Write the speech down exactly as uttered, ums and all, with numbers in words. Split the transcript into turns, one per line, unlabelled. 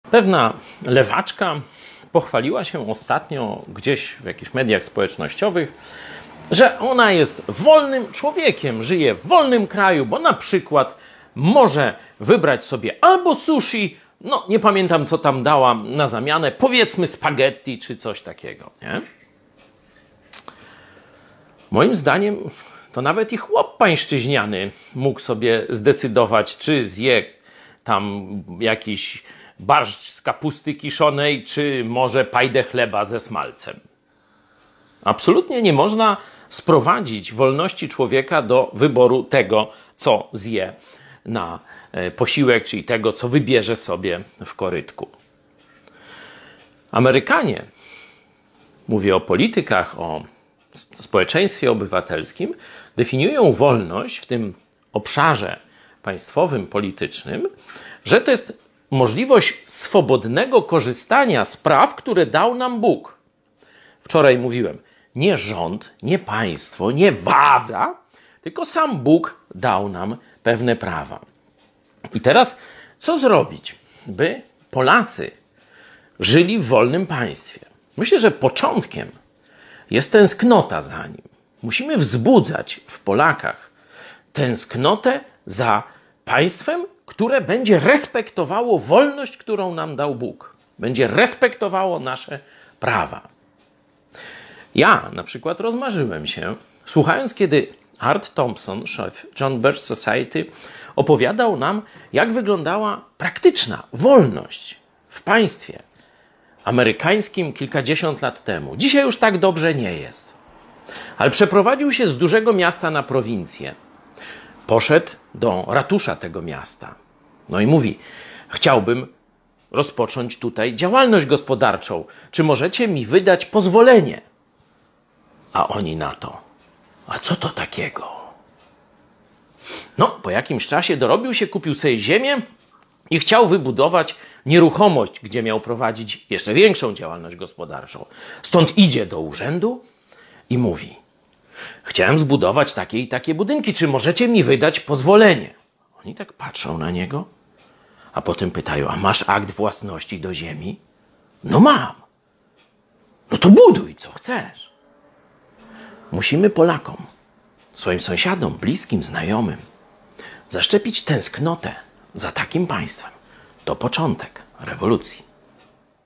Pewna lewaczka pochwaliła się ostatnio gdzieś w jakichś mediach społecznościowych, że ona jest wolnym człowiekiem, żyje w wolnym kraju, bo na przykład może wybrać sobie albo sushi, no nie pamiętam co tam dała na zamianę, powiedzmy spaghetti czy coś takiego, nie? Moim zdaniem to nawet i chłop pańszczyźniany mógł sobie zdecydować, czy zje tam jakiś barszcz z kapusty kiszonej, czy może pajdę chleba ze smalcem. Absolutnie nie można sprowadzić wolności człowieka do wyboru tego, co zje na posiłek, czyli tego, co wybierze sobie w korytku. Amerykanie, mówię o politykach, o społeczeństwie obywatelskim, definiują wolność w tym obszarze państwowym, politycznym, że to jest możliwość swobodnego korzystania z praw, które dał nam Bóg. Wczoraj mówiłem, nie rząd, nie państwo, nie władza, tylko sam Bóg dał nam pewne prawa. I teraz co zrobić, by Polacy żyli w wolnym państwie? Myślę, że początkiem jest tęsknota za nim. Musimy wzbudzać w Polakach tęsknotę za państwem, które będzie respektowało wolność, którą nam dał Bóg. Będzie respektowało nasze prawa. Ja na przykład rozmarzyłem się, słuchając, kiedy Art Thompson, szef John Birch Society, opowiadał nam, jak wyglądała praktyczna wolność w państwie amerykańskim kilkadziesiąt lat temu. Dzisiaj już tak dobrze nie jest. Ale przeprowadził się z dużego miasta na prowincję. Poszedł do ratusza tego miasta. No i mówi, chciałbym rozpocząć tutaj działalność gospodarczą. Czy możecie mi wydać pozwolenie? A oni na to, a co to takiego? No, po jakimś czasie dorobił się, kupił sobie ziemię i chciał wybudować nieruchomość, gdzie miał prowadzić jeszcze większą działalność gospodarczą. Stąd idzie do urzędu i mówi, chciałem zbudować takie i takie budynki, czy możecie mi wydać pozwolenie? Oni tak patrzą na niego, a potem pytają, a masz akt własności do ziemi? No mam. No to buduj, co chcesz. Musimy Polakom, swoim sąsiadom, bliskim, znajomym, zaszczepić tęsknotę za takim państwem. To początek rewolucji.